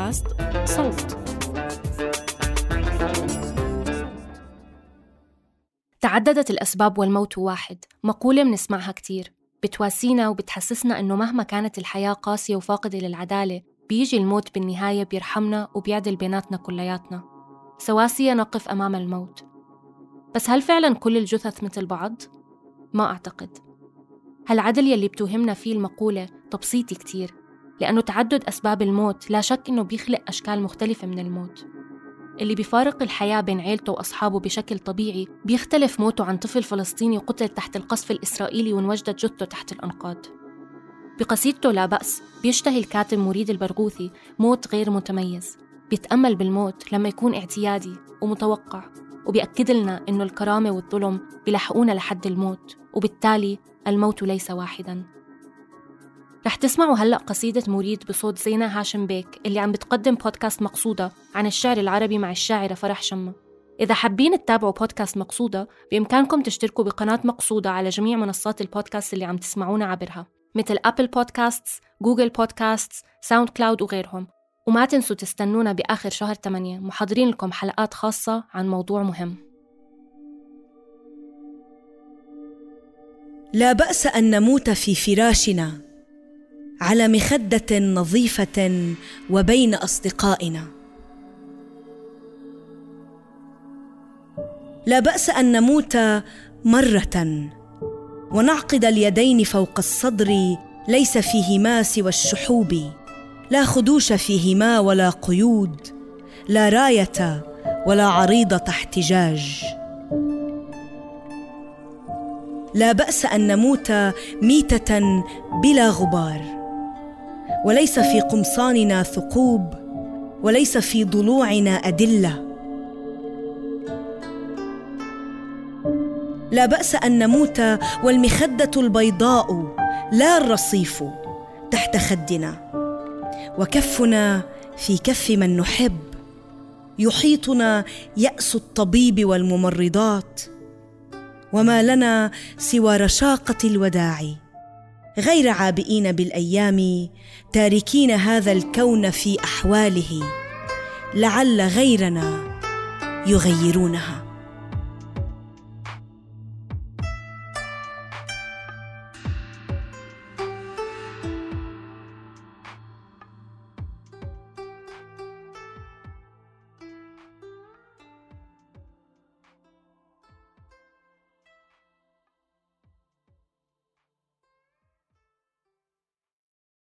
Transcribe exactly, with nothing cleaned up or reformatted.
بودكاست صوت. تعددت الأسباب والموت واحد، مقولة منسمعها كتير، بتواسينا وبتحسسنا إنه مهما كانت الحياة قاسية وفاقدة للعدالة بيجي الموت بالنهاية بيرحمنا وبيعدل بيناتنا كلياتنا، سواسية نقف أمام الموت. بس هل فعلاً كل الجثث مثل بعض؟ ما أعتقد. هالعدل يلي بتوهمنا فيه المقولة تبسيطي كتير، لأنه تعدد أسباب الموت لا شك إنه بيخلق أشكال مختلفة من الموت. اللي بيفارق الحياة بين عيلته وأصحابه بشكل طبيعي بيختلف موته عن طفل فلسطيني قتل تحت القصف الإسرائيلي وانوجدت جثته تحت الأنقاض. بقصيدته لا بأس بيشتهي الكاتب مريد البرغوثي موت غير متميز، بيتأمل بالموت لما يكون اعتيادي ومتوقع، وبيأكد لنا إنه الكرامة والظلم بيلحقونا لحد الموت، وبالتالي الموت ليس واحداً. رح تسمعوا هلأ قصيدة مريد بصوت زينة هاشم بيك اللي عم بتقدم بودكاست مقصودة عن الشعر العربي مع الشاعرة فرح شمة. إذا حابين تتابعوا بودكاست مقصودة بإمكانكم تشتركوا بقناة مقصودة على جميع منصات البودكاست اللي عم تسمعونا عبرها، مثل أبل بودكاستس، جوجل بودكاستس، ساوند كلاود وغيرهم. وما تنسوا تستنونا بآخر شهر ثمانية، محضرين لكم حلقات خاصة عن موضوع مهم. لا بأس أن نموت في فراشنا على مخدة نظيفة وبين أصدقائنا. لا بأس أن نموت مرة ونعقد اليدين فوق الصدر ليس فيهما سوى الشحوب، لا خدوش فيهما ولا قيود، لا راية ولا عريضة احتجاج. لا بأس أن نموت ميتة بلا غبار، وليس في قمصاننا ثقوب، وليس في ضلوعنا أدلة. لا بأس أن نموت والمخدة البيضاء لا الرصيف تحت خدنا، وكفنا في كف من نحب، يحيطنا يأس الطبيب والممرضات، وما لنا سوى رشاقة الوداع، غير عابئين بالأيام، تاركين هذا الكون في أحواله، لعل غيرنا يغيرونها.